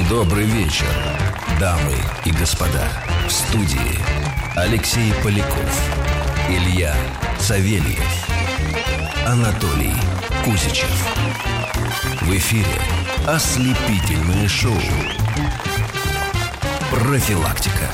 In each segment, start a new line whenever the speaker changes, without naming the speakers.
Добрый вечер, дамы и господа. В студии Алексей Поляков, Илья Савельев, Анатолий Кузичев. В эфире ослепительное шоу «Профилактика».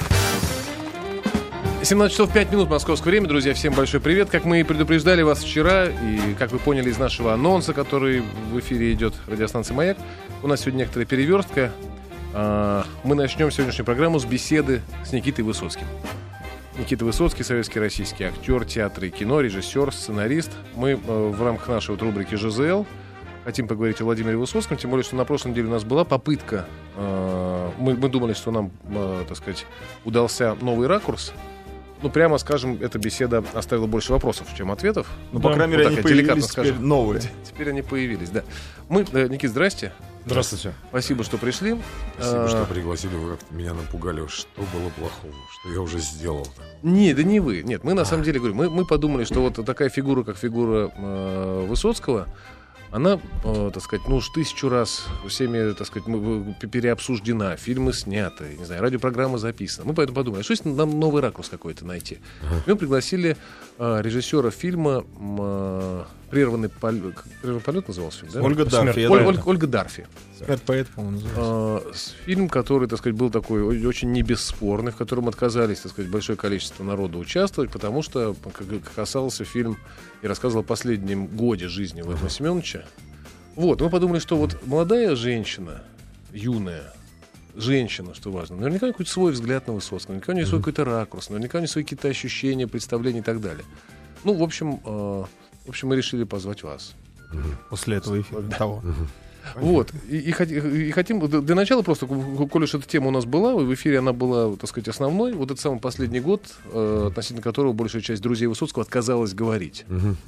17 часов 5 минут московское время, друзья, всем большой привет. Как мы и предупреждали вас вчера, и как вы поняли из нашего анонса, который в эфире идет радиостанции «Маяк», у нас сегодня некоторая переверстка. Мы начнем сегодняшнюю программу с беседы с Никитой Высоцким. Никита Высоцкий, советский российский актер театра и кино, режиссер, сценарист. Мы в рамках нашей рубрики «ЖЗЛ» хотим поговорить о Владимире Высоцком, тем более, что на прошлой неделе у нас была попытка. Мы думали, что нам, так сказать, удался новый ракурс. Ну, прямо скажем, эта беседа оставила больше вопросов, чем ответов.
Ну, по крайней мере, они появились теперь новые.
Теперь они появились, да. Мы, Никит, здрасте.
Здравствуйте.
Спасибо, что пришли.
Спасибо, что пригласили. Вы как-то меня напугали. Что было плохого? Что я уже сделал?
Нет, да не вы. Нет, мы на самом деле говорим, мы подумали, что вот такая фигура, как фигура Высоцкого, она, так сказать, ну уж 1000 раз всеми, так сказать, переобсуждена, фильмы сняты, не знаю, радиопрограммы записаны. Мы поэтому подумали, что если нам новый ракурс какой-то найти? Мы пригласили режиссера фильма «Прерванный полет» назывался фильм, да?
Ольга Дарфи.
Ольга Дарфи.
«Смерть поэта», по-моему, называется.
Фильм, который, так сказать, был такой очень небесспорный, в котором отказались, так сказать, большое количество народа участвовать, потому что касался фильм и рассказывал о последнем годе жизни Владимира Семеновича. Вот, мы подумали, что вот молодая женщина, юная женщина, что важно, наверняка у нее какой-то свой взгляд на Высоцкого, наверняка у нее свой какой-то ракурс, наверняка у нее свои какие-то ощущения, представления и так далее. Ну, в общем, мы решили позвать вас.
После этого эфира. Того.
Вот, и хотим, для начала просто, коль уж эта тема у нас была, в эфире она была, так сказать, основной, вот это самый последний год, относительно которого большая часть друзей Высоцкого отказалась говорить.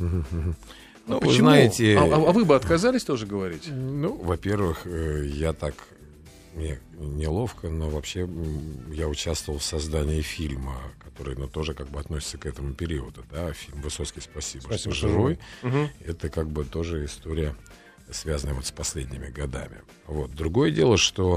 Ну,
почему?
Вы знаете...
А вы бы отказались тоже говорить?
Ну, во-первых, я так... Мне неловко, но вообще я участвовал в создании фильма, который, ну, тоже как бы относится к этому периоду, да, фильм «Высоцкий, спасибо, что живой». Это как бы тоже история, связанная вот с последними годами. Вот. Другое дело, что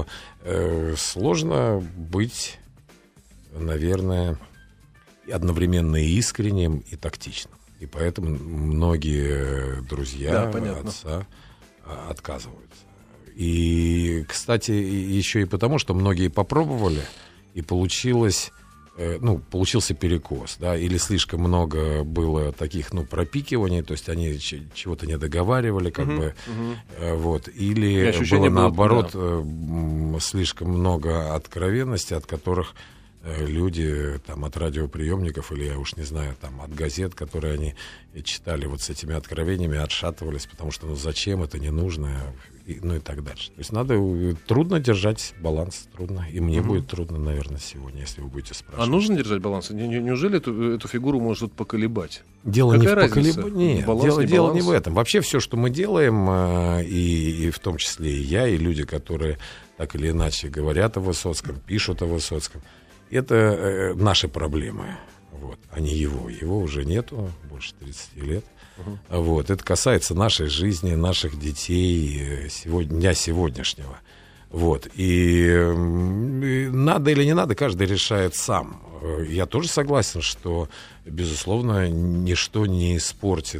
сложно быть, наверное, одновременно и искренним, и тактичным. И поэтому многие друзья отца отказываются. И, кстати, еще и потому, что многие попробовали, и получился перекос, да, или слишком много было таких, пропикиваний, то есть они чего-то не договаривали, вот, или было наоборот, слишком много откровенности, от которых люди там от радиоприемников, или я уж не знаю, там от газет, которые они читали вот с этими откровениями, отшатывались, потому что зачем это не нужно, и так дальше. То есть трудно держать баланс, трудно. И мне будет трудно, наверное, сегодня, если вы будете спрашивать.
А нужно держать баланс? Неужели эту фигуру может поколебать?
Дело не в поколебании. Дело не в этом. Вообще все, что мы делаем, и в том числе и я, и люди, которые так или иначе говорят о Высоцком, пишут о Высоцком, это наши проблемы, вот, а не его. Его уже нету, больше 30 лет. Вот, это касается нашей жизни, наших детей, дня сегодняшнего. Вот, и надо или не надо, каждый решает сам. Я тоже согласен, что, безусловно, ничто не испортит,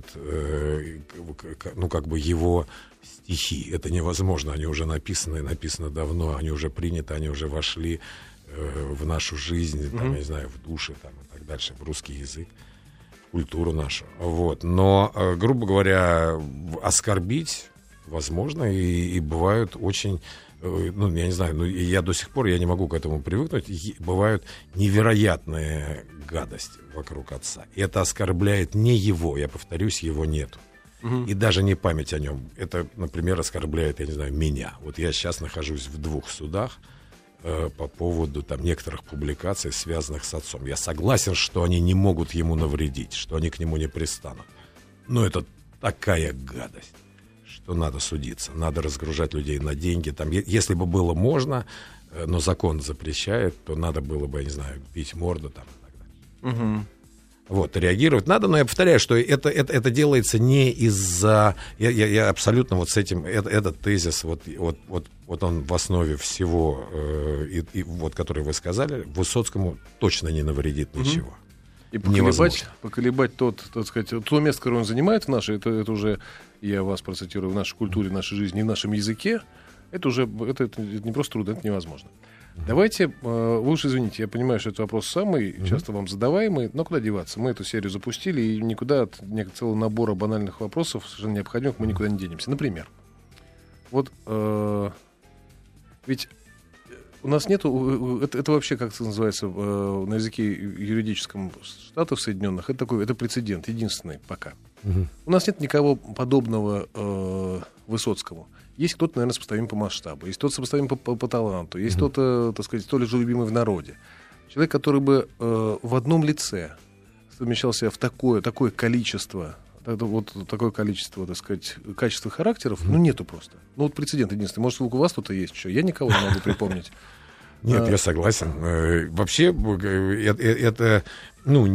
его стихи. Это невозможно, они уже написаны давно, они уже приняты, они уже вошли в нашу жизнь, там, я не знаю, в души там, и так дальше, в русский язык, в культуру нашу. Вот. Но, грубо говоря, оскорбить возможно, и бывают очень, я не знаю, я до сих пор не могу к этому привыкнуть, бывают невероятные гадости вокруг отца. И это оскорбляет не его, я повторюсь, его нету. И даже не память о нем. Это, например, оскорбляет, я не знаю, меня. Вот я сейчас нахожусь в 2 судах по поводу там некоторых публикаций, связанных с отцом. Я согласен, что они не могут ему навредить, что они к нему не пристанут. Но это такая гадость, что надо судиться, надо разгружать людей на деньги. Там, если бы было можно, но закон запрещает, то надо было бы, я не знаю, бить морду там и так далее. Вот, реагировать надо, но я повторяю, что это делается не из-за... Я абсолютно вот с этим... Этот тезис, вот он в основе всего, вот, который вы сказали, Высоцкому точно не навредит ничего.
И поколебать так сказать, то место, которое он занимает в нашей, это уже, я вас процитирую, в нашей культуре, в нашей жизни, в нашем языке, это уже это не просто трудно, это невозможно. Давайте, вы уж извините, я понимаю, что это вопрос самый часто вам задаваемый, но куда деваться? Мы эту серию запустили, и никуда от целого набора банальных вопросов, совершенно необходимых, мы никуда не денемся. Например, вот ведь у нас нету, это вообще, как это называется на языке юридическом Штатов Соединенных, это прецедент, единственный пока. У нас нет никого подобного Высоцкому. Есть кто-то, наверное, сопоставим по масштабу, есть кто-то сопоставим по таланту, есть кто-то, так сказать, столь же любимый в народе. Человек, который бы в одном лице совмещал себя в такое количество, такое количество, так сказать, качеств и характеров, нету просто. Вот прецедент единственный. Может, у вас кто-то есть еще? Я никого не могу припомнить.
Нет, я согласен. Вообще, это, мы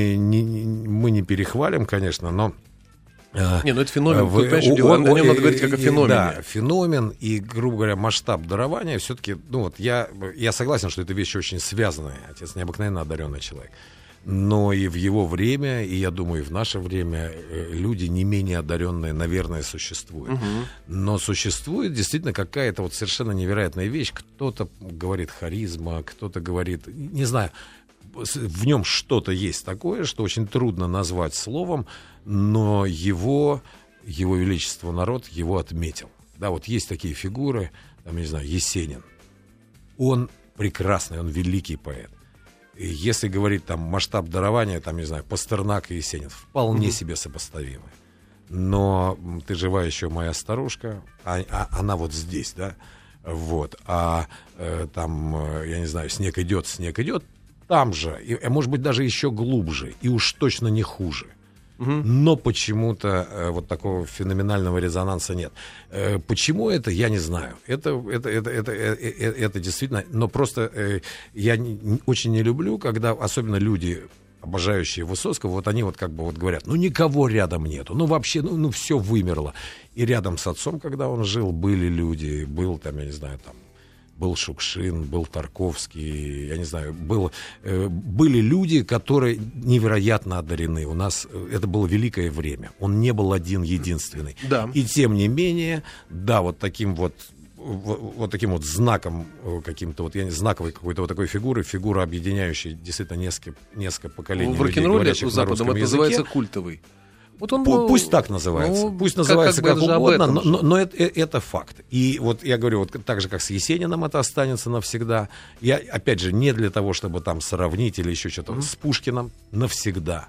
не перехвалим, конечно, но...
это феномен. Тут, конечно, дело, о нем надо говорить как о феномене.
Да, феномен и, грубо говоря, масштаб дарования все-таки, я согласен, что это вещи очень связанные. Отец необыкновенно одаренный человек. Но и в его время, и, я думаю, и в наше время люди не менее одаренные, наверное, существуют. Но существует действительно какая-то вот совершенно невероятная вещь. Кто-то говорит харизма, кто-то говорит, не знаю, в нем что-то есть такое, что очень трудно назвать словом, но его величество народ его отметил. Да, вот есть такие фигуры, там, не знаю, Есенин. Он прекрасный, он великий поэт. И если говорить там масштаб дарования, там, не знаю, Пастернак и Есенин, вполне себе сопоставимы. Но ты жива еще, моя старушка, она вот здесь, да, вот, там, я не знаю, снег идет, там же, и, может быть, даже еще глубже, и уж точно не хуже. Но почему-то вот такого феноменального резонанса нет. Почему это, я не знаю. Это действительно... Но просто я очень не люблю, когда особенно люди, обожающие Высоцкого, вот они вот как бы вот говорят, никого рядом нету, вообще, все вымерло. И рядом с отцом, когда он жил, были люди, был там, я не знаю, там, был Шукшин, был Тарковский, я не знаю, были люди, которые невероятно одарены. У нас это было великое время. Он не был один-единственный.
Да.
И тем не менее, да, вот таким вот знаком каким-то, знаковой какой-то вот такой фигура, объединяющей действительно несколько поколений.
В рок-н-ролле у Запада это называется
языке.
Культовый. Вот он был,
пусть так называется. Пусть называется как угодно, но это факт. И вот я говорю, вот так же, как с Есениным это останется навсегда. Я, опять же, не для того, чтобы там сравнить или еще что-то, с Пушкиным навсегда.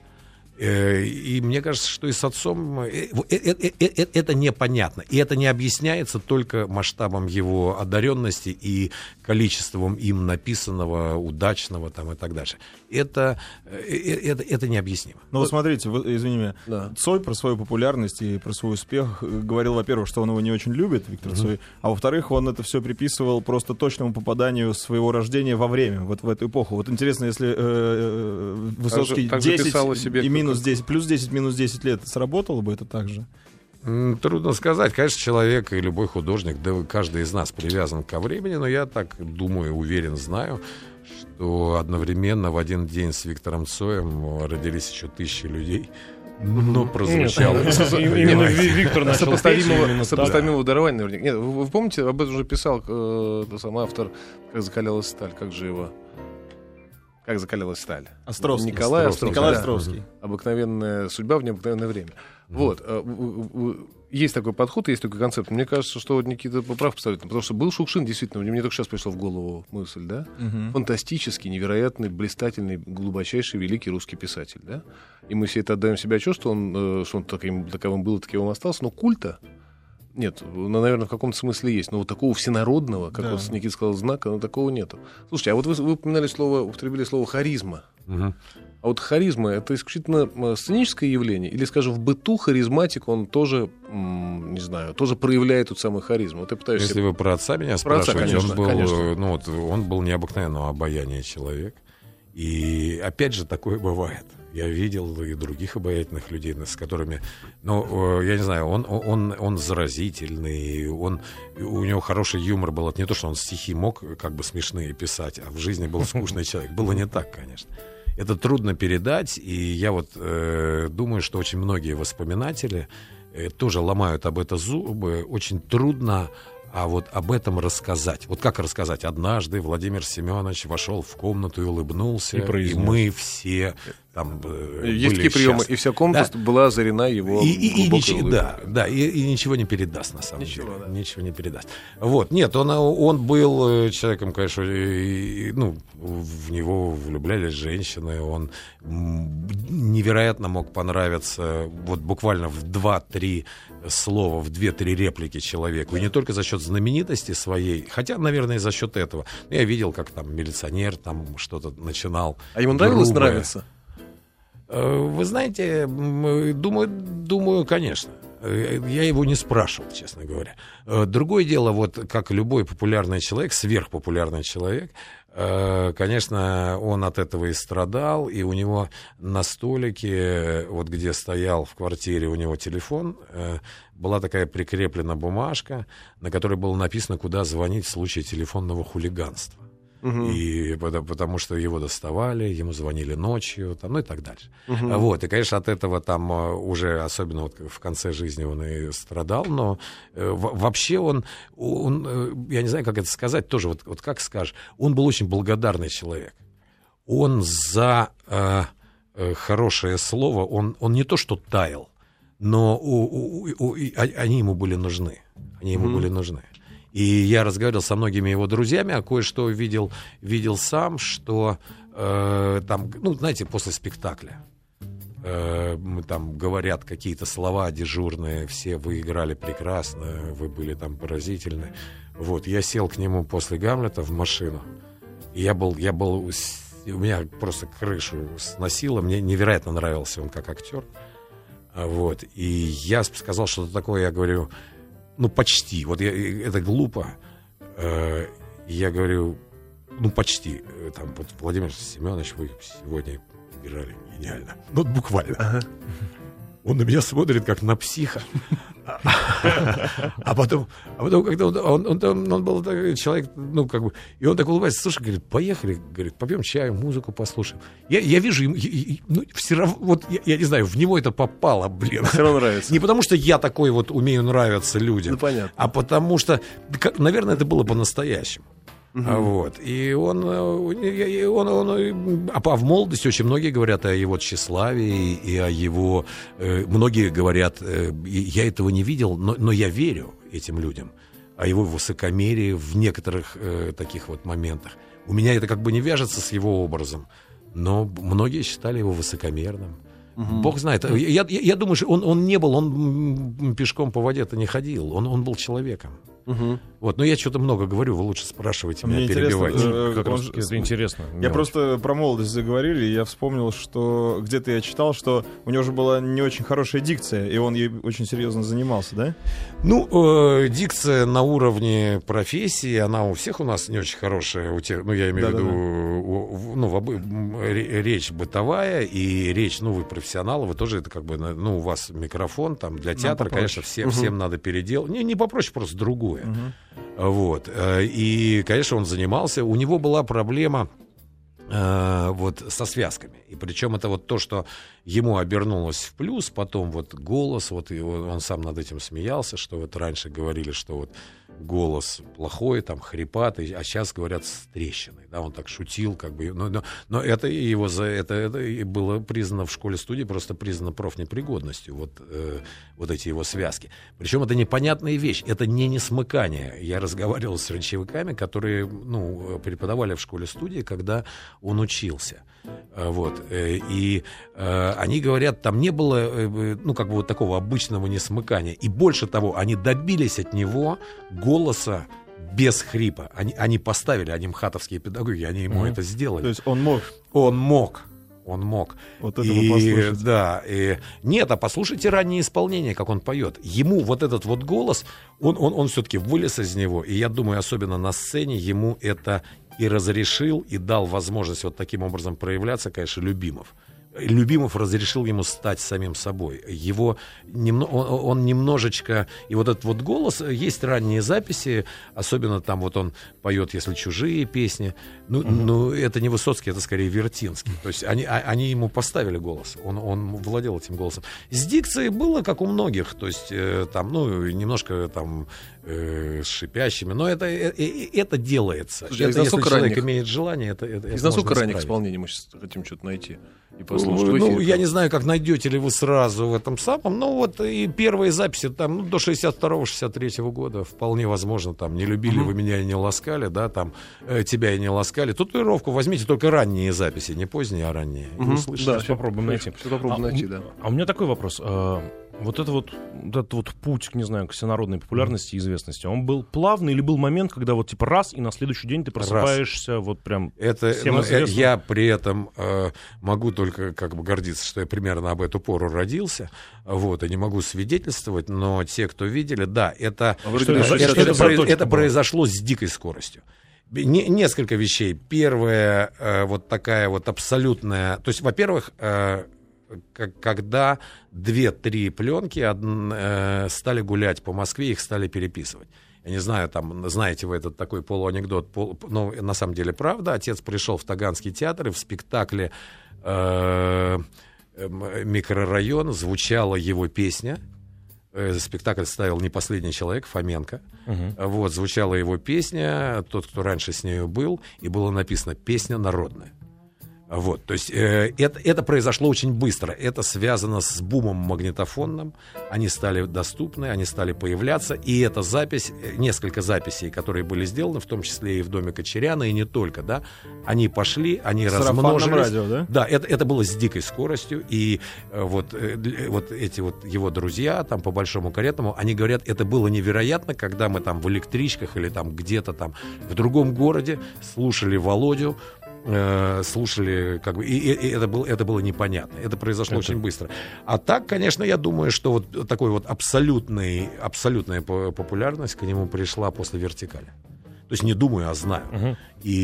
И мне кажется, что и с отцом это непонятно. И это не объясняется только масштабом его одаренности и количеством им написанного, удачного там, и так дальше. Это необъяснимо.
Ну, вот смотрите, извини меня, да. Цой про свою популярность и про свой успех говорил, во-первых, что он его не очень любит, Виктор Цой, а во-вторых, он это все приписывал просто точному попаданию своего рождения во время, вот в эту эпоху. Вот интересно, если Высоцкий 10 и минус 10, плюс 10, минус 10 лет, сработало бы это так же?
Трудно сказать. Конечно, человек и любой художник, да каждый из нас привязан ко времени, но я так думаю, уверен, знаю, что одновременно в один день с Виктором Цоем родились еще тысячи людей. Но прозвучало.
Именно Виктор начал сопоставимого дарования наверняка. Нет, вы помните, об этом уже писал сам автор «Как закалялась сталь», как же его... «Как закалялась сталь».
Островский.
Николай
Островский.
«Обыкновенная судьба в необыкновенное время». Вот. Есть такой подход, есть такой концепт. Мне кажется, что Никита прав абсолютно. Потому что был Шукшин, действительно, мне только сейчас пришла в голову мысль, да? Фантастический, невероятный, блистательный, глубочайший, великий русский писатель, да? И мы все это отдаем себе отчет, что он таковым был, таковым остался. Но культа нет, наверное, в каком-то смысле есть. Но вот такого всенародного, как вот Никита сказал, знака, такого нету. Слушайте, а вот вы употребили слово «харизма». А вот харизма — это исключительно сценическое явление? Или, скажем, в быту харизматик, он тоже, не знаю, тоже проявляет ту самую харизму? Вот я пытаюсь...
Если вы про отца меня спрашиваете, он был необыкновенного обаяния человек. И опять же, такое бывает. Я видел и других обаятельных людей, с которыми, ну, я не знаю, он заразительный, у него хороший юмор был. Это не то, что он стихи мог как бы смешные писать, а в жизни был скучный человек. Было не так, конечно. Это трудно передать, и я вот думаю, что очень многие воспоминатели тоже ломают об это зубы. Очень трудно вот об этом рассказать. Вот как рассказать? Однажды Владимир Семенович вошел в комнату и улыбнулся, и мы все там
есть такие приемы, и вся комната была озарена его глубокой улыбкой.
И ничего не передаст, на самом деле. Да. Ничего не передаст. Вот. Нет, он был человеком, конечно, в него влюблялись женщины, он невероятно мог понравиться вот буквально в 2-3 слова, в 2-3 реплики человеку. И не только за счет знаменитости своей, хотя, наверное, и за счет этого. Я видел, как там милиционер там что-то начинал.
А ему нравилось нравится?
Вы знаете, думаю, конечно. Я его не спрашивал, честно говоря. Другое дело, вот как любой популярный человек, сверхпопулярный человек, конечно, он от этого и страдал, и у него на столике, вот где стоял в квартире у него телефон, была такая прикреплена бумажка, на которой было написано, куда звонить в случае телефонного хулиганства. И потому что его доставали, ему звонили ночью, там, ну и так дальше. Вот, и, конечно, от этого там уже, особенно вот в конце жизни, он и страдал, но вообще он, я не знаю, как это сказать, тоже вот как скажешь, он был очень благодарный человек. Он за хорошее слово, он не то что таял, но они ему были нужны. Они ему были нужны. И я разговаривал со многими его друзьями, а кое-что видел сам, что там, ну, знаете, после спектакля там говорят какие-то слова дежурные, все вы играли прекрасно, вы были там поразительны. Вот, я сел к нему после Гамлета в машину, и у меня просто крышу сносило, мне невероятно нравился он как актер. Вот, и я сказал что-то такое, я говорю... Ну, почти. Вот это глупо. Я говорю, ну, почти. Там, вот, Владимир Семенович, вы сегодня играли гениально. Ну, буквально. Ага. Он на меня смотрит, как на психа. А потом, когда он был такой человек, ну, как бы, и он так улыбается, слушай, говорит, поехали, говорит, попьем чаю, музыку послушаем. Я вижу, ну, все равно, вот, я не знаю, в него это попало, блин.
Все равно нравится.
Не потому что я такой вот умею нравиться людям,
ну, понятно.
А потому что, наверное, это было по-настоящему. Вот. И он в молодости очень многие говорят о его тщеславии и о его... Многие говорят, я этого не видел, но я верю этим людям, о его высокомерии в некоторых таких вот моментах. У меня это как бы не вяжется с его образом, но многие считали его высокомерным. Бог знает. Я думаю, что он не был, он пешком по воде-то не ходил, он был человеком. Вот, но я что-то много говорю, вы лучше спрашивайте меня, перебивайте.
Это интересно.
Я просто про молодость заговорили, и я вспомнил, что где-то я читал, что у него же была не очень хорошая дикция, и он ей очень серьезно занимался, да?
Ну, дикция на уровне профессии, она у всех у нас не очень хорошая, ну, я имею в виду, речь бытовая и речь, ну, вы профессионалы, вы тоже это как бы, ну, у вас микрофон там для театра, конечно, всем надо переделать. Не попроще, просто другое. Вот. И, конечно, он занимался. У него была проблема вот со связками. И причем это вот то, что ему обернулось в плюс, потом вот голос, вот и он сам над этим смеялся, что вот раньше говорили, что вот голос плохой, там, хрипатый, а сейчас говорят с трещиной, да, он так шутил, как бы, но это его это было признано в школе-студии, просто признано профнепригодностью, вот эти его связки. Причем это непонятная вещь, это не несмыкание. Я разговаривал с речевиками, которые, ну, преподавали в школе-студии, когда он учился. Вот. И они говорят, там не было, ну, как бы вот такого обычного несмыкания. И больше того, они добились от него голоса без хрипа. Они поставили, они мхатовские педагоги, они ему это сделали.
То есть он мог?
Он мог.
Вот это вы послушайте.
Да, нет, а послушайте раннее исполнение, как он поет. Ему вот этот вот голос, он все-таки вылез из него. И я думаю, особенно на сцене, ему это и разрешил, и дал возможность вот таким образом проявляться, конечно, Любимов. Любимов разрешил ему стать самим собой. Он немножечко... И вот этот вот голос, есть ранние записи, особенно там вот он поет, если чужие песни. Ну, это не Высоцкий, это скорее Вертинский. То есть они ему поставили голос. Он владел этим голосом. С дикцией было, как у многих. То есть там, немножко там с шипящими. Но это делается.
Слушайте,
если человек имеет желание, это
из насколько ранних исполнений мы сейчас хотим что-то найти и послушать?
Я не знаю, как найдете ли вы сразу в этом самом, но вот и первые записи там до 62-63 года вполне возможно, там «Не любили вы меня и не ласкали», да, там «Тебя и не ласкали». Татуировку возьмите, только ранние записи, не поздние, а ранние.
Да, попробуем найти.
А у меня такой вопрос. Вот этот путь, не знаю, к всенародной популярности и известности, он был плавный или был момент, когда вот типа раз, и на следующий день ты просыпаешься вот прям всем известным?
Я при этом могу только как бы гордиться, что я примерно об эту пору родился, вот, и не могу свидетельствовать, но те, кто видели, да, это произошло с дикой скоростью. Несколько вещей. Первое, вот такая вот абсолютная... То есть, во-первых, когда 2-3 пленки стали гулять по Москве, их стали переписывать. Я не знаю, там, знаете вы этот такой полуанекдот, но на самом деле правда. Отец пришел в Таганский театр, и в спектакле «Микрорайон» звучала его песня. Спектакль ставил «Не последний человек», Фоменко. Вот, звучала его песня, тот, кто раньше с нею был, и было написано «Песня народная». Вот, то есть это произошло очень быстро. Это связано с бумом магнитофонным. Они стали доступны, они стали появляться. И эта запись, несколько записей, которые были сделаны, в том числе и в доме Кочеряна, и не только, да, они пошли, они размножились. Радио, да? Да, это было с дикой скоростью. И вот эти вот его друзья, там по Большому Каретному, они говорят, это было невероятно, когда мы там в электричках или там где-то там в другом городе слушали Володю, слушали, как бы, и это было непонятно. Это произошло очень быстро. А так, конечно, я думаю, что вот такой вот абсолютная популярность к нему пришла после «Вертикали». То есть не думаю, а знаю.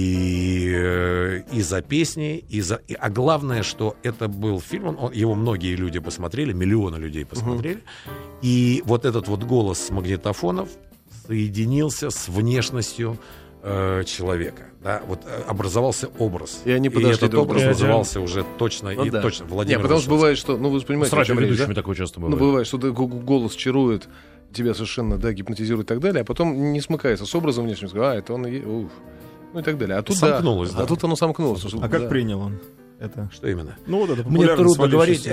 И за песни, а главное, что это был фильм, его многие люди посмотрели, миллионы людей посмотрели. И вот этот вот голос магнитофонов соединился с внешностью человека, да, вот образовался образ,
и этот
образ назывался уже точно точно Владимир.
Нет, потому что бывает, что, вы же понимаете,
с радиоведущими такое часто бывает.
Бывает, что голос чарует тебя совершенно, да, гипнотизирует и так далее, а потом не смыкается с образом внешним, это он, и так далее. А тут
сомкнулось,
а тут оно сомкнулось.
А как принял он? Это...
Что именно?
Вот это
мне трудно говорить.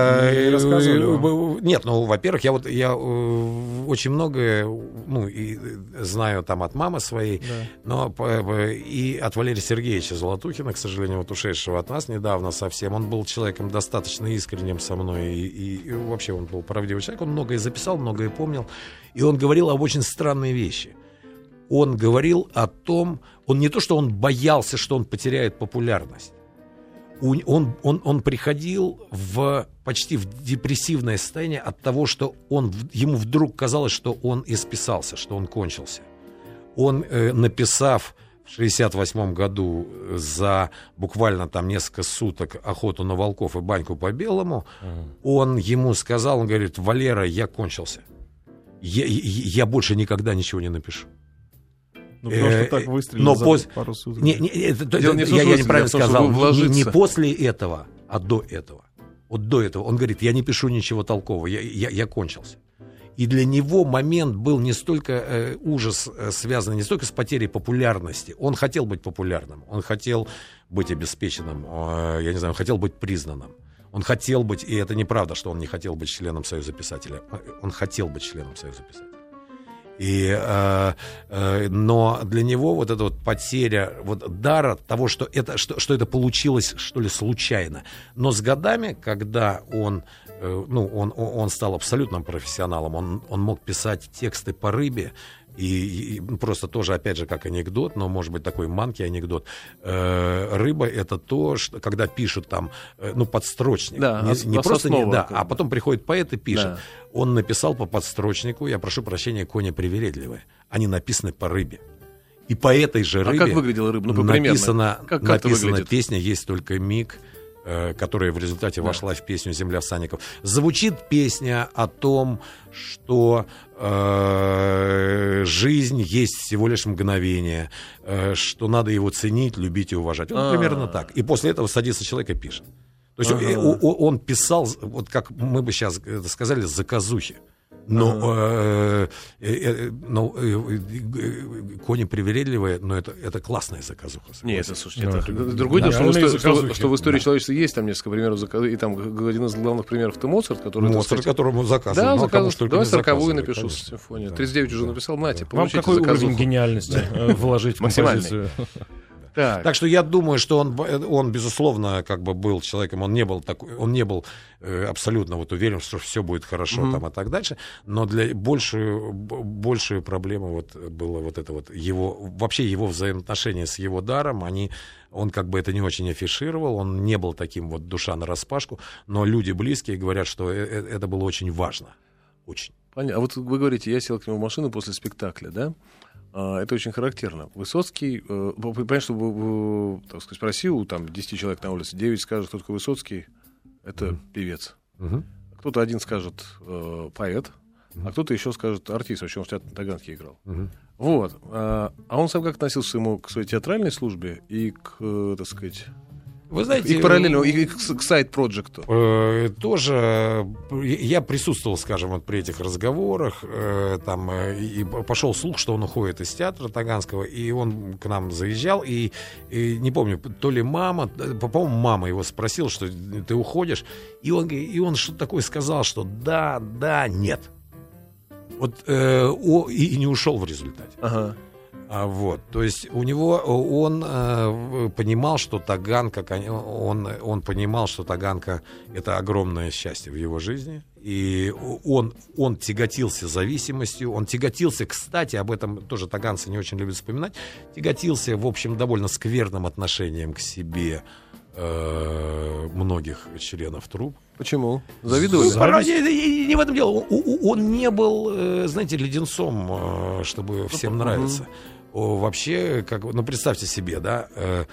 Нет, во-первых, я очень многое и знаю там от мамы своей, но и от Валерия Сергеевича Золотухина, к сожалению, вот ушедшего от нас недавно совсем. Он был человеком достаточно искренним со мной, и вообще он был правдивый человек. Он многое записал, многое помнил. И он говорил об очень странной вещи. Он говорил о том, он не то, что он боялся, что он потеряет популярность. Он приходил почти в депрессивное состояние от того, что ему вдруг казалось, что он исписался, что он кончился. Он, написав в 1968 году за буквально там несколько суток «Охоту на волков» и «Баньку по белому», ему сказал, он говорит: «Валера, я кончился. Я больше никогда ничего не напишу».
Потому что так выстрелил за пару суток.
Я неправильно сказал. Не после этого, а до этого. Вот до этого. Он говорит: я не пишу ничего толкового, я кончился. И для него момент был не столько ужас, связанный не столько с потерей популярности. Он хотел быть популярным, он хотел быть обеспеченным, я не знаю, он хотел быть признанным. Он хотел быть, и это неправда, что он не хотел быть членом Союза писателей. Он хотел быть членом Союза писателей. Но для него вот эта вот потеря дара того, что это получилось, что ли, случайно. Но с годами, когда он стал абсолютным профессионалом, он мог писать тексты по рыбе, и просто тоже, опять же, как анекдот, но, может быть, такой манки анекдот. Рыба — это то, что, когда пишут там, подстрочник. Да, не просто а потом приходит поэт и пишет. Да. Он написал по подстрочнику, я прошу прощения, «Кони привередливые». Они написаны по рыбе. И по этой же рыбе
как выглядела рыба?
Написана песня «Есть только миг». которая в результате вошла в песню «Земля всадников». Звучит песня о том, что жизнь есть всего лишь мгновение, что надо его ценить, любить и уважать. Он примерно так. И после этого садится человек и пишет. То есть он писал, вот как мы бы сейчас сказали, заказухи. Но кони привередливые, но это классная заказуха.
Нет, это, слушайте, это другое дело, что в истории человечества есть там несколько примеров заказа, и там один из главных примеров — это Моцарт,
которому заказывал.
Да, заказывал. Давай 40-ю напишу симфонию. 39 уже написал, нате, получите заказуху.
Вам какой уровень гениальности вложить в композицию?
Так что я думаю, что он безусловно, как бы был человеком, он не был абсолютно вот уверен, что все будет хорошо там и так дальше, но для большую проблему вот было вот это вот его взаимоотношения с его даром, он как бы это не очень афишировал, он не был таким вот душа нараспашку, но люди близкие говорят, что это было очень важно, очень.
Понятно. А вот вы говорите, я сел к нему в машину после спектакля, да? Это очень характерно. Высоцкий, понятно, что, так сказать, в Россию, там 10 человек на улице, 9 скажут, кто такой Высоцкий, это певец. Кто-то один скажет поэт, а кто-то еще скажет артист, вообще он в театре на Таганке играл. Вот. А он сам как относился к своей театральной службе и к, так сказать...
Вы знаете,
и параллельно, и к сайд-проджекту.
Тоже я присутствовал, скажем, вот при этих разговорах, там, и пошел слух, что он уходит из театра Таганского, и он к нам заезжал, и не помню, то ли мама, по-моему, мама его спросила, что ты уходишь, и он что-то такое сказал, что да, нет. Вот, и не ушел в результате.
Ага.
Вот, то есть у него он понимал, что Таганка, он понимал, что Таганка — это огромное счастье в его жизни, и он тяготился зависимостью, он тяготился, кстати, об этом тоже таганцы не очень любят вспоминать, тяготился, в общем, довольно скверным отношением к себе многих членов труппы.
Почему? Завидовали?
Не в этом дело. Он не был, знаете, леденцом, чтобы всем нравиться. Вообще, представьте себе, да,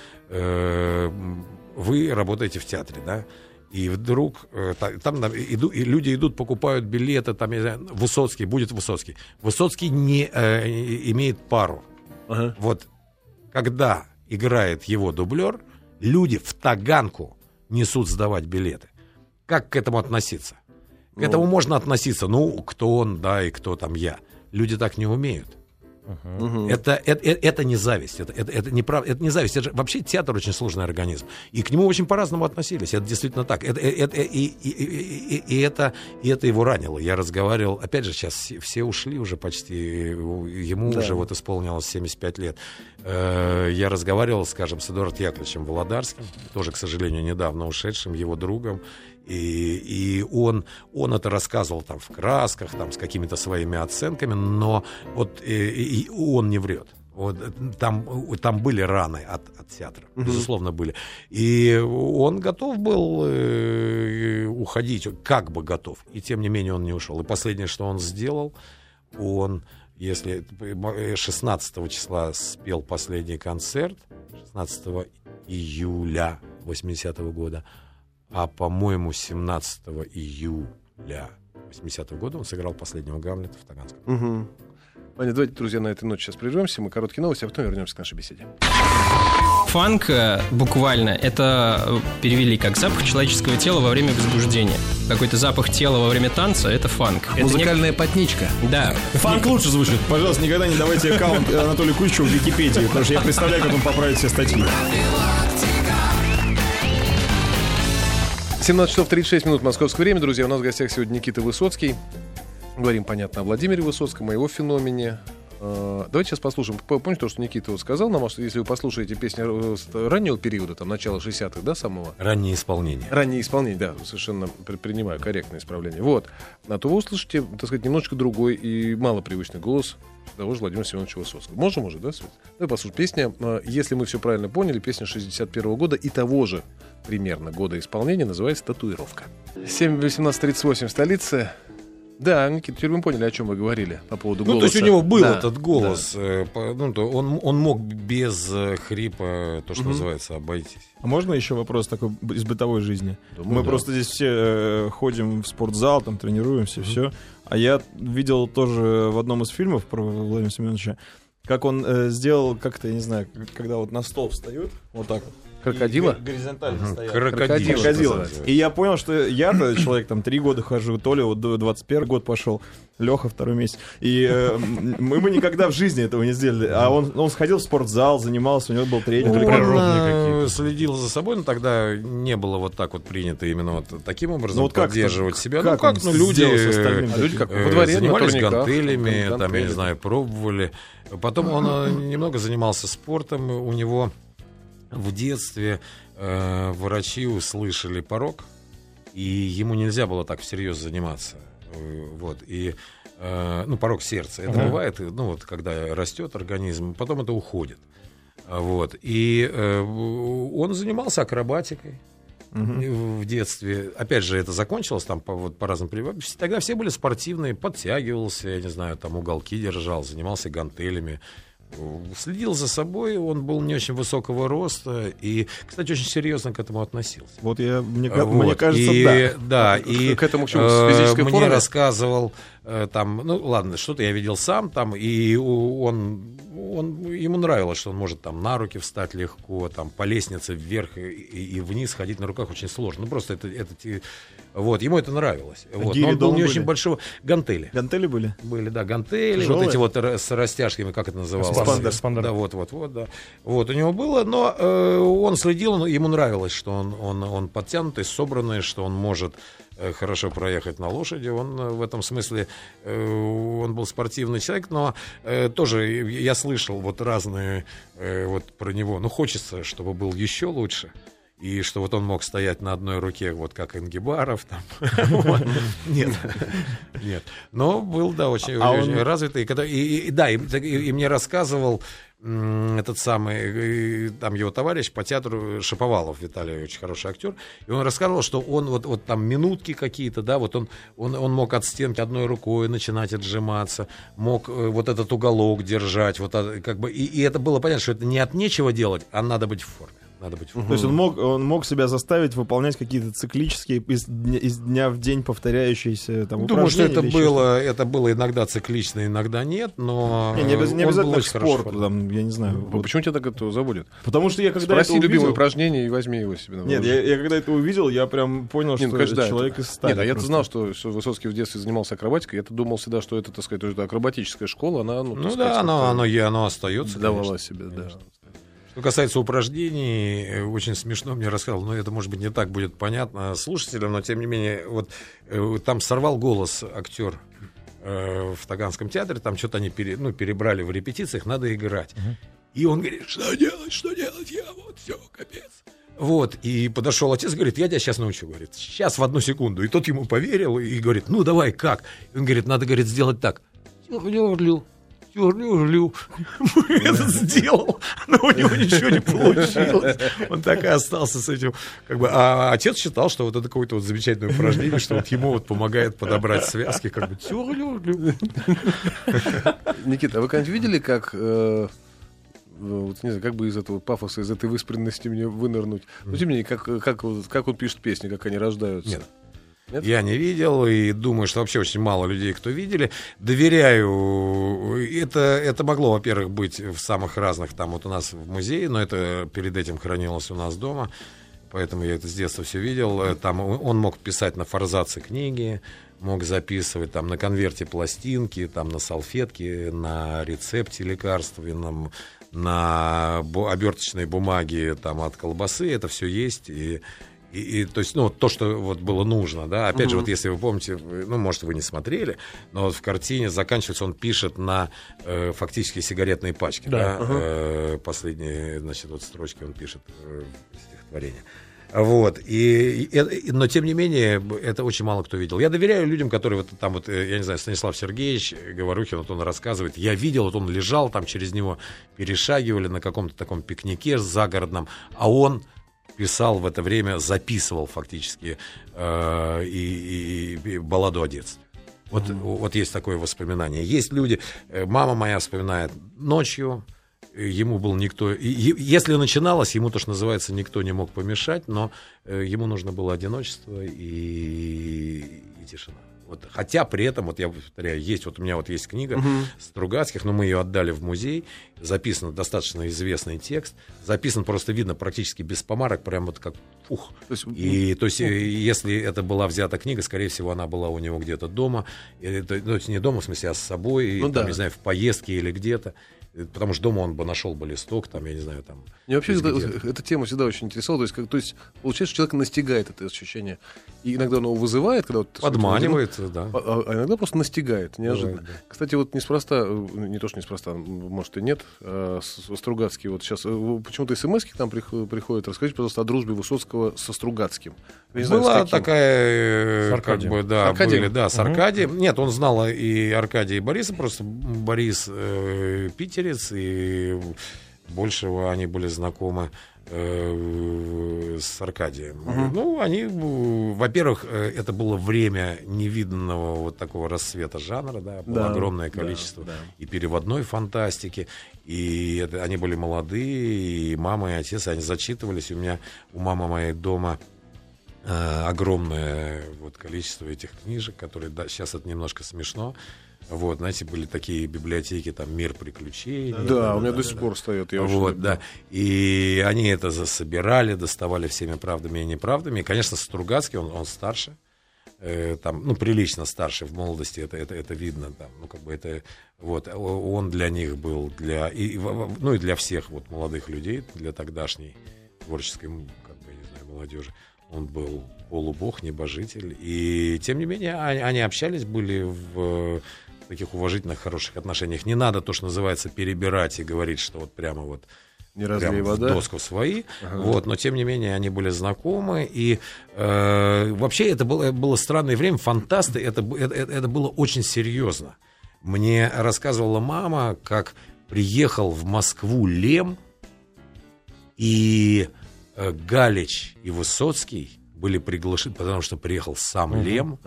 вы работаете в театре, да, и вдруг там люди идут, покупают билеты, там, я знаю, Высоцкий, будет Высоцкий. Высоцкий не имеет пару. Вот когда играет его дублер, люди в Таганку несут сдавать билеты. Как к этому относиться? К этому можно относиться, кто он, да, и кто там я. Люди так не умеют. Это не зависть, это не зависть. Это же, вообще театр очень сложный организм, и к нему очень по-разному относились. Это действительно так. И это его ранило. Я разговаривал, опять же, сейчас все ушли уже почти, ему уже вот исполнилось 75 лет. Я разговаривал, скажем, с Эдуардом Яковлевичем Володарским, тоже, к сожалению, недавно ушедшим, его другом. И он это рассказывал там в красках, там, с какими-то своими оценками, но вот и он не врет. Вот, там были раны от театра, безусловно, были. И он готов был уходить, как бы готов. И тем не менее он не ушел. И последнее, что он сделал, если 16 числа спел последний концерт, 16 июля 80-го года, а, по-моему, 17 июля 80-го года он сыграл последнего Гамлета в Таганском.
Понятно, давайте, друзья, на этой ноте сейчас прервемся. Мы короткие новости, а потом вернемся к нашей беседе.
Фанк буквально это перевели как запах человеческого тела во время возбуждения. Какой-то запах тела во время танца — это фанк.
Музыкальная потничка.
Да.
Фанк лучше звучит. Пожалуйста, никогда не давайте аккаунт Анатолию Кузьмичу в Википедии, потому что я представляю, как он поправит все статьи.
17 часов 36 минут московское время. Друзья, у нас в гостях сегодня Никита Высоцкий. Говорим, понятно, о Владимире Высоцком, о его феномене. Давайте сейчас послушаем. Помните то, что Никита сказал нам, что если вы послушаете песни раннего периода, там, начала 60-х, да, самого?
Раннее исполнение.
Раннее исполнение, да, совершенно принимаю корректное исправление. Вот. А то вы услышите, так сказать, немножечко другой и малопривычный голос того же Владимира Семеновича Высоцкого. Можем уже, да, Свет? Давай послушаем. Песня, если мы все правильно поняли, песня 61-го года и того же примерно года исполнения, называется «Татуировка». 7:18:38 в столице. Да, Никита, теперь мы поняли, о чем вы говорили по поводу голоса.
Ну, то есть у него был этот голос. Да. Он мог без хрипа, то, что называется, обойтись.
А можно еще вопрос такой из бытовой жизни?
Думаю,
мы просто здесь все ходим в спортзал, там тренируемся, все. А я видел тоже в одном из фильмов про Владимира Семеновича, как он сделал, как-то, я не знаю, когда вот на стол встает, вот так вот.
Крокодила?
Горизонтально стоят.
Крокодила.
И я понял, что я-то человек там 3 года хожу, Толя вот 21 год пошел, Леха 2 месяц. И мы бы никогда в жизни этого не сделали. А он сходил в спортзал, занимался, у него был тренинг.
Он следил за собой, но тогда не было вот так вот принято именно вот таким образом вот поддерживать себя.
Как
люди,
люди как во дворе
занимались гантелями, там, я не знаю, пробовали. Потом он немного занимался спортом, у него... В детстве врачи услышали порок, и ему нельзя было так всерьез заниматься. Вот, и, порок сердца. Это бывает, вот, когда растет организм, потом это уходит. Вот, и он занимался акробатикой в детстве. Опять же, это закончилось там по разным привычкам. Тогда все были спортивные, подтягивался, я не знаю, там уголки держал, занимался гантелями. Следил за собой, он был не очень высокого роста и, кстати, очень серьезно к этому относился.
Вот мне кажется,
да. И
к этому к чему? С физической
мне
формой?
Рассказывал там, ладно, что-то я видел сам там, и ему нравилось, что он может там на руки встать легко, там по лестнице вверх и вниз ходить на руках очень сложно. Просто вот, ему это нравилось. Вот. Но он был не очень большого... Гантели.
Гантели были?
Были, да, гантели.
Тяжелые?
Вот эти вот с растяжками, как это называлось?
Спандер.
Да, вот, да. Вот у него было, но он следил, ему нравилось, что он подтянутый, собранный, что он может хорошо проехать на лошади. Он в этом смысле, он был спортивный человек, но тоже я слышал вот разные вот про него. Хочется, чтобы был еще лучше. И что вот он мог стоять на одной руке, вот как Ингибаров там. Нет. Но был, да, очень развитый. И мне рассказывал этот самый, там его товарищ по театру Шаповалов Виталий, очень хороший актер, и он рассказывал, что он вот там минутки какие-то, да, вот он мог от стенки одной рукой начинать отжиматься, мог вот этот уголок держать, вот как бы, и это было понятно, что это не от нечего делать, а надо быть в форме.
То есть он мог себя заставить выполнять какие-то циклические, из дня в день повторяющиеся там,
думаю, что это было иногда циклично, иногда нет, но
не обязательно к спорту, там, я не знаю.
Почему тебя так это заводит?
Потому что я когда
Спроси
это увидел...
любимое упражнение и возьми его себе на вооружение.
Нет, я когда это увидел, я прям понял, что это человек из стали.
Нет, я-то знал, что Высоцкий в детстве занимался акробатикой, я-то думал всегда, что это, так сказать, уже акробатическая школа, она,
оно остается.
Давала себе, да.
Что касается упражнений, очень смешно мне рассказал, но это, может быть, не так будет понятно слушателям, но, тем не менее, вот там сорвал голос актер в Таганском театре, там что-то они перебрали в репетициях, надо играть. И он говорит, что делать, я вот все, капец. Вот, и подошел отец, говорит, я тебя сейчас научу, говорит, сейчас в 1 секунду. И тот ему поверил и говорит, давай, как? И он говорит, надо, говорит, сделать так. Это сделал, но у него ничего не получилось. Он так и остался с этим. А отец считал, что вот это какое-то вот замечательное упражнение, что вот ему вот помогает подобрать связки.
Никита, а вы когда-нибудь видели, как... Вот, не знаю, как бы из этого пафоса, из этой выспренности мне вынырнуть. Но тем не менее, как он пишет песни, как они рождаются.
Нет? Я не видел, и думаю, что вообще очень мало людей, кто видели. Доверяю. Это могло, во-первых, быть в самых разных, там вот у нас в музее, но это перед этим хранилось у нас дома. Поэтому я это с детства все видел. Там он мог писать на форзаце книги, мог записывать там на конверте пластинки, там на салфетке, на рецепте лекарственном, на оберточной бумаге там, от колбасы. Это все есть. И то есть, то, что вот было нужно, да, опять же, вот если вы помните, может, вы не смотрели, но вот в картине заканчивается, он пишет на фактически сигаретные пачки, да, последние, значит, вот строчки он пишет стихотворение. Вот, но тем не менее, это очень мало кто видел. Я доверяю людям, которые вот там вот, я не знаю, Станислав Сергеевич Говорухин, вот он рассказывает, я видел, вот он лежал, там через него перешагивали на каком-то таком пикнике загородном, а он писал в это время, записывал фактически и балладу о детстве. Вот есть такое воспоминание. Есть люди, мама моя вспоминает ночью, ему был никто... Если начиналось, ему то, что называется, никто не мог помешать, но ему нужно было одиночество и тишина. Вот, хотя при этом, вот я повторяю, у меня есть книга Стругацких, но мы ее отдали в музей, записан достаточно известный текст, записан просто видно практически без помарок, прям вот как ух. То есть, если это была взята книга, скорее всего, она была у него где-то дома, не дома, в смысле, а с собой, не знаю, в поездке или где-то. Потому что дома он бы нашел бы листок, там, я не знаю, там...
Мне вообще эта тема всегда очень интересовала. То есть получается, что человека настигает это ощущение. И иногда оно его вызывает, когда...
Подманивает, да.
А иногда просто настигает, неожиданно.
Бывает, да.
Кстати, вот неспроста, не то, что неспроста, может и нет, Стругацкий, вот сейчас почему-то смс-ки к нам приходят. Расскажите, пожалуйста, о дружбе Высоцкого со Стругацким.
Была такая... Как бы, да, были, да, с Аркадием. Нет, он знал и Аркадия, и Бориса, просто Борис питерец, и большего они были знакомы с Аркадием. Ну, они, во-первых, это было время невиданного вот такого расцвета жанра, да, было огромное количество и переводной фантастики, и они были молодые, и мама, и отец, они зачитывались, у мамы моей дома огромное вот количество этих книжек, которые, сейчас это немножко смешно. Вот, знаете, были такие библиотеки, там, «Мир приключений».
Да, у меня до сих пор стоят.
Вот, да. И они это собирали, доставали всеми правдами и неправдами. И, конечно, Стругацкий, он старше. Там, ну, прилично старше в молодости, это видно. Там, ну, как бы это, вот, он для них был, ну, и для всех вот молодых людей, для тогдашней творческой, как бы, не знаю, молодежи. Он был полубог, небожитель. И, тем не менее, они общались, были в таких уважительных, хороших отношениях. Не надо то, что называется, перебирать и говорить, что вот прямо вот
не разлей вода.
В доску свои. Вот, но, тем не менее, они были знакомы. И вообще это было странное время. Фантасты, это было очень серьезно. Мне рассказывала мама, как приехал в Москву Лем, и Галич и Высоцкий были приглашены, потому что приехал сам Лем,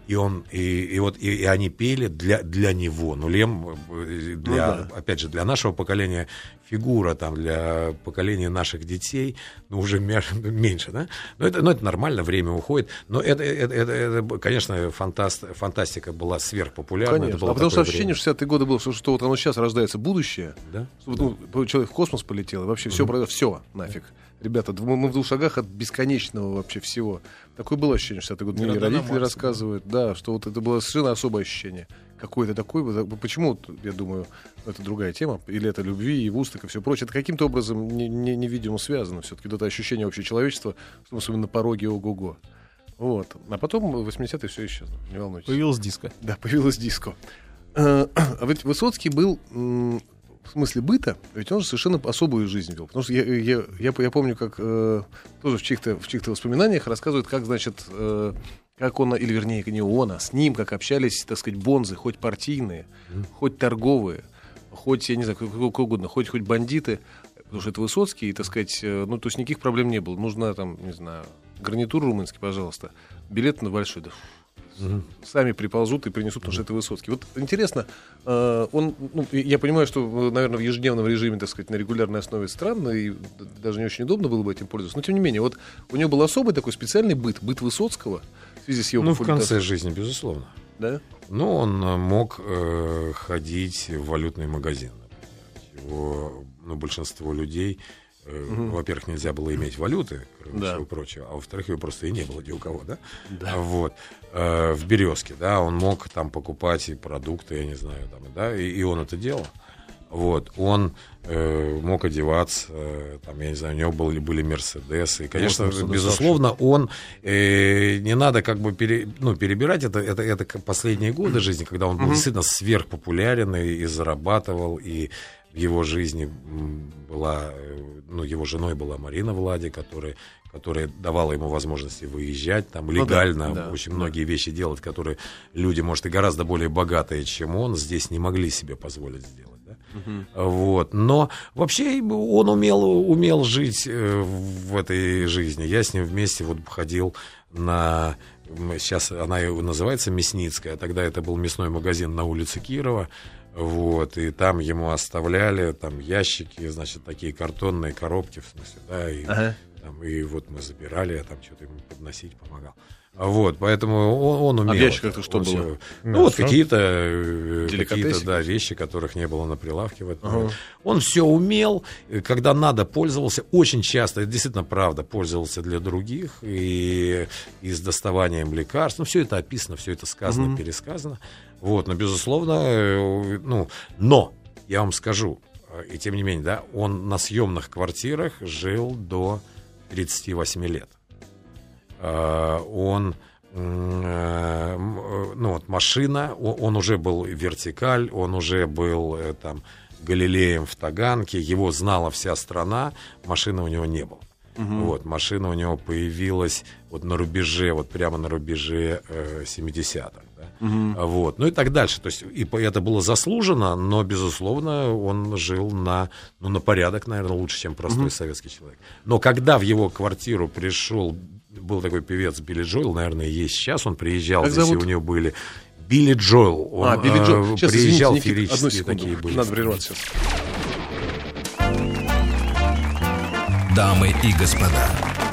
и они пели для него. Ну, Лем, опять же, для нашего поколения фигура, там, для поколения наших детей, ну, уже меньше, да? Но это нормально, время уходит. Но это конечно, фантастика была сверхпопулярна.
Конечно.
Это было
потому что ощущение в 60-е годы было, что вот оно сейчас рождается будущее.
Да?
Человек в космос полетел, и вообще все нафиг. Ребята, мы в 2 шагах от бесконечного вообще всего. Такое было ощущение, что это мне родители рассказывают, да, что вот это было совершенно особое ощущение. Какое-то такое. Почему, я думаю, это другая тема, или это любви и Вусток и все прочее. Это каким-то образом невидимо связано. Все-таки вот это ощущение общечеловечества, что мы с вами на пороге ого-го. Вот. А потом в 80-е все исчезло. Не волнуйтесь.
Появилась диско.
Да, появилась диско. А ведь Высоцкий был... В смысле быта, ведь он же совершенно особую жизнь вел. Потому что я помню, как тоже в чьих-то воспоминаниях рассказывают, как, значит, как он, или вернее, не он, а с ним, как общались, так сказать, бонзы, хоть партийные, хоть торговые, хоть, я не знаю, как угодно, хоть бандиты, потому что это Высоцкий, и, так сказать, ну, то есть никаких проблем не было. Нужна, там, не знаю, гарнитур румынский, пожалуйста, билет на большой, да. Сами приползут и принесут, потому что это Высоцкий. Вот интересно, он, ну, я понимаю, что, наверное, в ежедневном режиме, так сказать, на регулярной основе странно, и даже не очень удобно было бы этим пользоваться, но тем не менее, вот у него был особый такой специальный быт Высоцкого в связи с его
популярностью. В конце жизни, безусловно.
Да?
Ну, он мог ходить в валютный магазин, например. Большинство людей... Во-первых, нельзя было иметь валюты, кроме всего прочего, а во-вторых, ее просто и не было ни у кого, да? Вот. В «Березке», да, он мог там покупать и продукты, я не знаю, там, да, и он это делал. Вот. Он мог одеваться, там, я не знаю, у него были «Мерседесы», и, конечно, безусловно, он, не надо как бы перебирать, это последние годы жизни, когда он был действительно сверхпопулярен и зарабатывал, и в его жизни была, его женой была Марина Влади, которая давала ему возможности выезжать там легально, очень многие вещи делать, которые люди, может, и гораздо более богатые, чем он, здесь не могли себе позволить сделать. Да? Вот. Но вообще он умел жить в этой жизни. Я с ним вместе ходил на сейчас она и называется Мясницкая, тогда это был мясной магазин на улице Кирова. Вот, и там ему оставляли там ящики, значит, такие картонные коробки, в смысле, да, и, там, и вот мы забирали, я там что-то ему подносить помогал. Вот, поэтому он умел.
А в ящиках-то что было?
Все, ну, вот какие-то да, вещи, которых не было на прилавке в этом момент. Он все умел, когда надо, пользовался. Очень часто, это действительно правда, пользовался для других. И с доставанием лекарств. Ну, все это описано, все это сказано, пересказано. Вот, но, безусловно, но, я вам скажу, и тем не менее, да, он на съемных квартирах жил до 38 лет. Он, машина, он уже был вертикаль, он уже был там Галилеем в Таганке, его знала вся страна, машины у него не было. Вот, машина у него появилась вот на рубеже, вот прямо на рубеже 70-х. Да? Вот, ну и так дальше. То есть это было заслуженно, но, безусловно, он жил на порядок, наверное, лучше, чем простой советский человек. Но когда в его квартиру был такой певец Билли Джоэл, наверное, есть сейчас, он приезжал, как здесь зовут? У него были Билли Джоэл. Он
Билли Джоэл. Сейчас,
приезжал,
извините, Никита,
феерические такие были.
Надо прерваться сейчас.
Дамы и господа,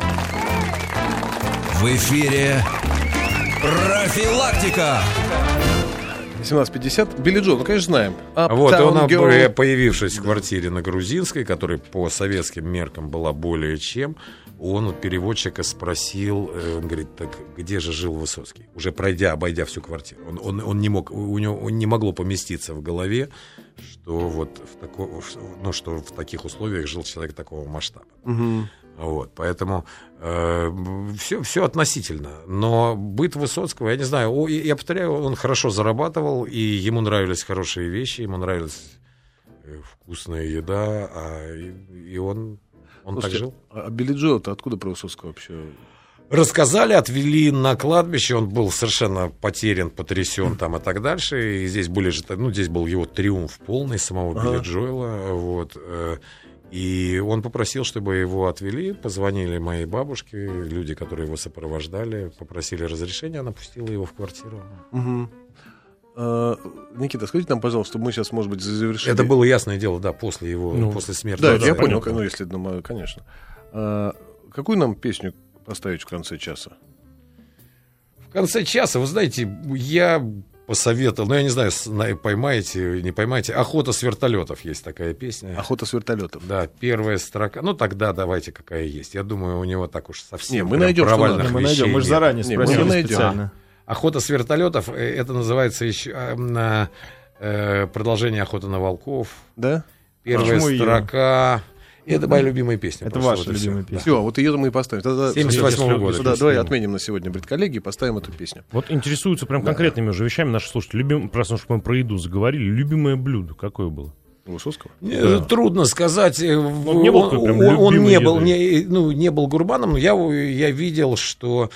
в эфире «Профилактика».
17:50. Билли Джоэл, конечно, знаем.
Вот, он, появившись в квартире на Грузинской, которая по советским меркам была более чем, он у переводчика спросил, он говорит, так где же жил Высоцкий? Уже обойдя всю квартиру. Он не мог, у него не могло поместиться в голове, что вот что в таких условиях жил человек такого масштаба. Вот, поэтому все относительно. Но быт Высоцкого, я не знаю, я повторяю, он хорошо зарабатывал, и ему нравились хорошие вещи, ему нравилась вкусная еда, и он так жил.
А Билли Джоэл-то откуда про Высоцкого вообще?
Рассказали, отвели на кладбище, он был совершенно потерян, потрясен там и так дальше. И здесь здесь был его триумф полный самого Билли Джоэла. Вот. И он попросил, чтобы его отвели. Позвонили моей бабушке, люди, которые его сопровождали, попросили разрешения, она пустила его в квартиру.
Никита, скажите нам, пожалуйста, мы сейчас, может быть, завершили.
Это было ясное дело, да, после смерти.
Да, я понял, если, конечно. Какую нам песню поставить в конце часа?
В конце часа, вы знаете, я посоветовал, я не знаю, поймаете, не поймаете, «Охота с вертолетов» есть такая песня.
«Охота с вертолетов».
Да, первая строка. Тогда давайте, какая есть. Я думаю, у него так уж совсем
мы найдем,
провальных
мы
вещей.
Мы же заранее спросили
специально.
«Охота с вертолетов» — это называется еще продолжение «Охоты на волков».
Да?
Первая строка. Это моя любимая песня.
Это ваша любимая песня.
Все, вот ее мы и поставим.
78 года.
Давай отменим на сегодня брит-коллеги и поставим эту песню.
Вот интересуются прям конкретными уже вещами наши слушатели. Просто что мы про еду заговорили. Любимое блюдо какое было?
Высоцкого?
Трудно сказать. Он не был гурманом, но я видел, что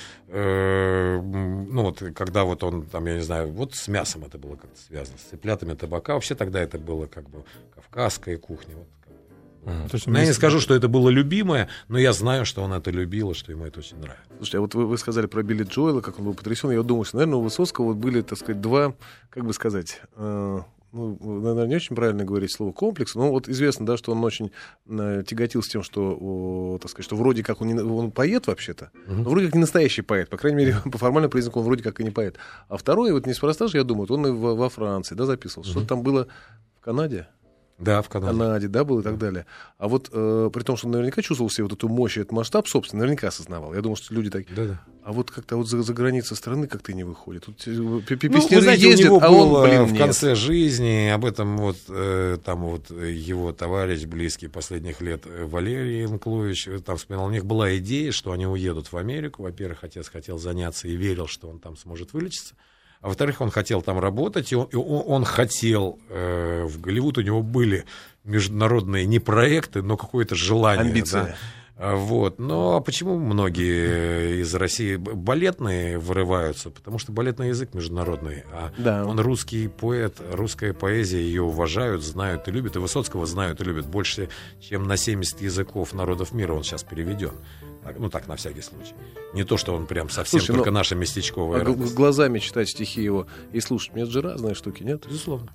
когда вот он там, я не знаю, вот с мясом это было как-то связано, с цыплятами табака. Вообще тогда это было как бы кавказская кухня. Я не скажу, что это было любимое, но я знаю, что он это любил, и что ему это очень нравилось.
Слушайте, а вот вы сказали про Билли Джоэла, как он был потрясен. Я думаю, что, наверное, у Высоцкого были, так сказать, два, как бы сказать, наверное, не очень правильно говорить слово комплекс, но вот известно, да, что он очень тяготился тем, что, так сказать, что вроде как он поэт вообще-то, но вроде как не настоящий поэт, по крайней мере, по формальному признаку он вроде как и не поэт. А второй, вот неспроста же, я думаю, он и во Франции, да, записывал. Что там было в Канаде?
Да, в Канаде.
Да, был и так далее. А вот при том, что он наверняка чувствовал себе вот эту мощь и этот масштаб, собственно, наверняка осознавал. Я думаю, что люди такие...
Да.
А вот как-то вот за границей страны как-то и не выходит. Тут
песняры ездят, у него был в конце жизни, об этом его товарищ близкий последних лет Валерий Янклович там вспоминал, у них была идея, что они уедут в Америку. Во-первых, отец хотел заняться и верил, что он там сможет вылечиться. А во-вторых, он хотел там работать, и он хотел в Голливуд, у него были международные не проекты, но какое-то желание.
Амбиции.
Вот. Но почему многие из России балетные вырываются? Потому что балетный язык международный, а он русский поэт, русская поэзия, ее уважают, знают и любят, и Высоцкого знают и любят больше, чем на 70 языков народов мира он сейчас переведен. Ну, так, на всякий случай. Не то, что он прям совсем только наша местечковая радость.
Глазами читать стихи его и слушать. Нет же разные штуки, нет?
Безусловно.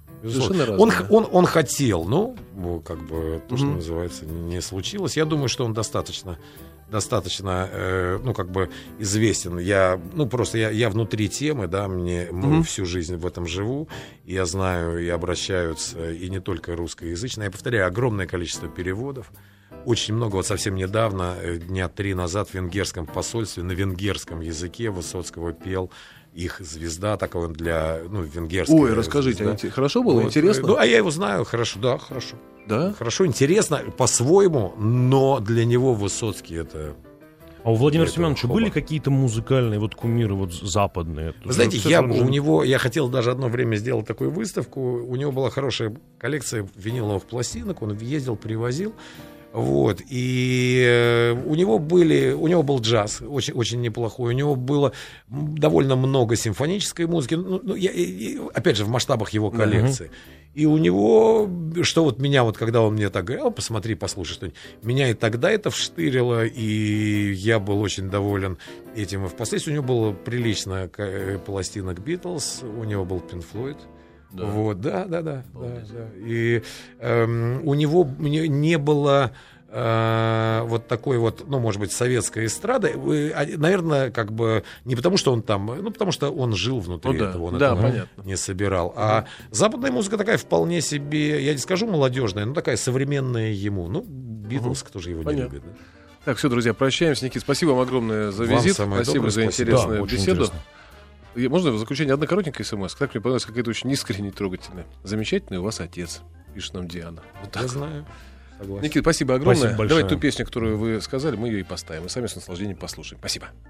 Он хотел, но как бы то, что называется, не случилось. Я думаю, что он достаточно ну, как бы известен. Я внутри темы, да, мы всю жизнь в этом живу, и я знаю, и обращаются, и не только русскоязычные. Я повторяю, огромное количество переводов. Очень много, вот совсем недавно, дня 3 назад в венгерском посольстве на венгерском языке Высоцкого пел их звезда, такой он для, венгерского.
Ой, расскажите, хорошо было, интересно?
Ну, а я его знаю, хорошо, да, хорошо.
Да?
Хорошо, интересно, по-своему, но для него Высоцкий это...
А у Владимира Семеновича были какие-то музыкальные кумиры западные?
Вы знаете, я хотел даже одно время сделать такую выставку. У него была хорошая коллекция виниловых пластинок, он ездил, привозил. Вот, и у него был джаз, очень, очень неплохой, у него было довольно много симфонической музыки, опять же, в масштабах его коллекции. И у него, что вот меня, когда он мне так говорил, посмотри, послушай что-нибудь, меня и тогда это вштырило, и я был очень доволен этим. И впоследствии у него было прилично пластинок Битлз, у него был Pink Floyd. Да. Вот, да. И у него не было вот такой может быть, советской эстрады. Наверное, как бы не потому, что он там, потому что он жил внутри этого, он этого не собирал. А западная музыка такая вполне себе, я не скажу молодежная, но такая современная ему. Битлз, кто же его не любит, да?
Так, все, друзья, прощаемся. Никит, спасибо вам огромное за визит. Спасибо за интересную беседу. Интересно. Можно в заключение одна коротенькая смс? Так мне понравилась, какая-то очень искренне трогательная. Замечательный у вас отец, пишет нам Диана. Вот так.
Я знаю. Согласен.
Никита, спасибо огромное. Давайте ту песню, которую вы сказали, мы ее и поставим. И сами с наслаждением послушаем. Спасибо.